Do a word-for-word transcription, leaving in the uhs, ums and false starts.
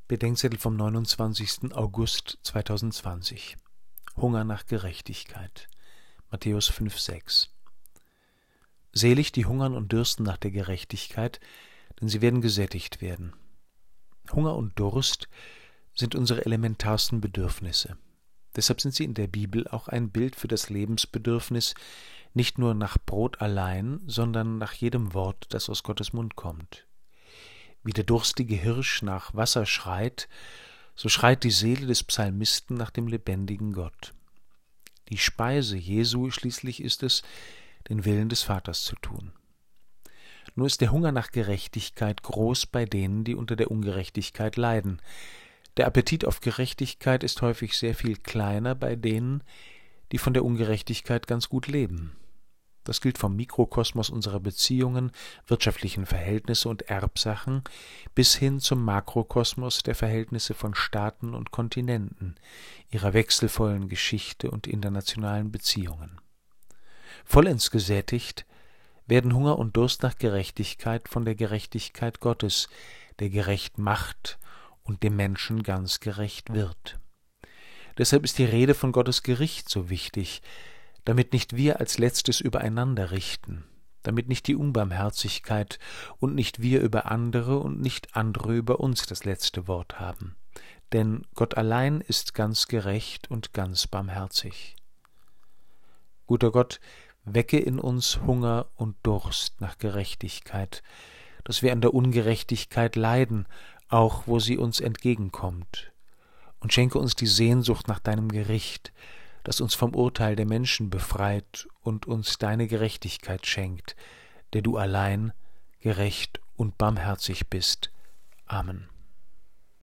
Bedenkzettel vom neunundzwanzigsten August zweitausendzwanzig. Hunger nach Gerechtigkeit. Matthäus fünf, sechs. Selig, die hungern und dürsten nach der Gerechtigkeit, denn sie werden gesättigt werden. Hunger und Durst sind unsere elementarsten Bedürfnisse. Deshalb sind sie in der Bibel auch ein Bild für das Lebensbedürfnis, nicht nur nach Brot allein, sondern nach jedem Wort, das aus Gottes Mund kommt. Wie der durstige Hirsch nach Wasser schreit, so schreit die Seele des Psalmisten nach dem lebendigen Gott. Die Speise Jesu schließlich ist es, den Willen des Vaters zu tun. Nur ist der Hunger nach Gerechtigkeit groß bei denen, die unter der Ungerechtigkeit leiden. Der Appetit auf Gerechtigkeit ist häufig sehr viel kleiner bei denen, die von der Ungerechtigkeit ganz gut leben. Das gilt vom Mikrokosmos unserer Beziehungen, wirtschaftlichen Verhältnisse und Erbsachen bis hin zum Makrokosmos der Verhältnisse von Staaten und Kontinenten, ihrer wechselvollen Geschichte und internationalen Beziehungen. Vollends gesättigt werden Hunger und Durst nach Gerechtigkeit von der Gerechtigkeit Gottes, der gerecht macht und dem Menschen ganz gerecht wird. Deshalb ist die Rede von Gottes Gericht so wichtig, damit nicht wir als Letztes übereinander richten, damit nicht die Unbarmherzigkeit und nicht wir über andere und nicht andere über uns das letzte Wort haben. Denn Gott allein ist ganz gerecht und ganz barmherzig. Guter Gott, wecke in uns Hunger und Durst nach Gerechtigkeit, dass wir an der Ungerechtigkeit leiden, auch wo sie uns entgegenkommt, und schenke uns die Sehnsucht nach deinem Gericht, das uns vom Urteil der Menschen befreit und uns deine Gerechtigkeit schenkt, der du allein gerecht und barmherzig bist. Amen.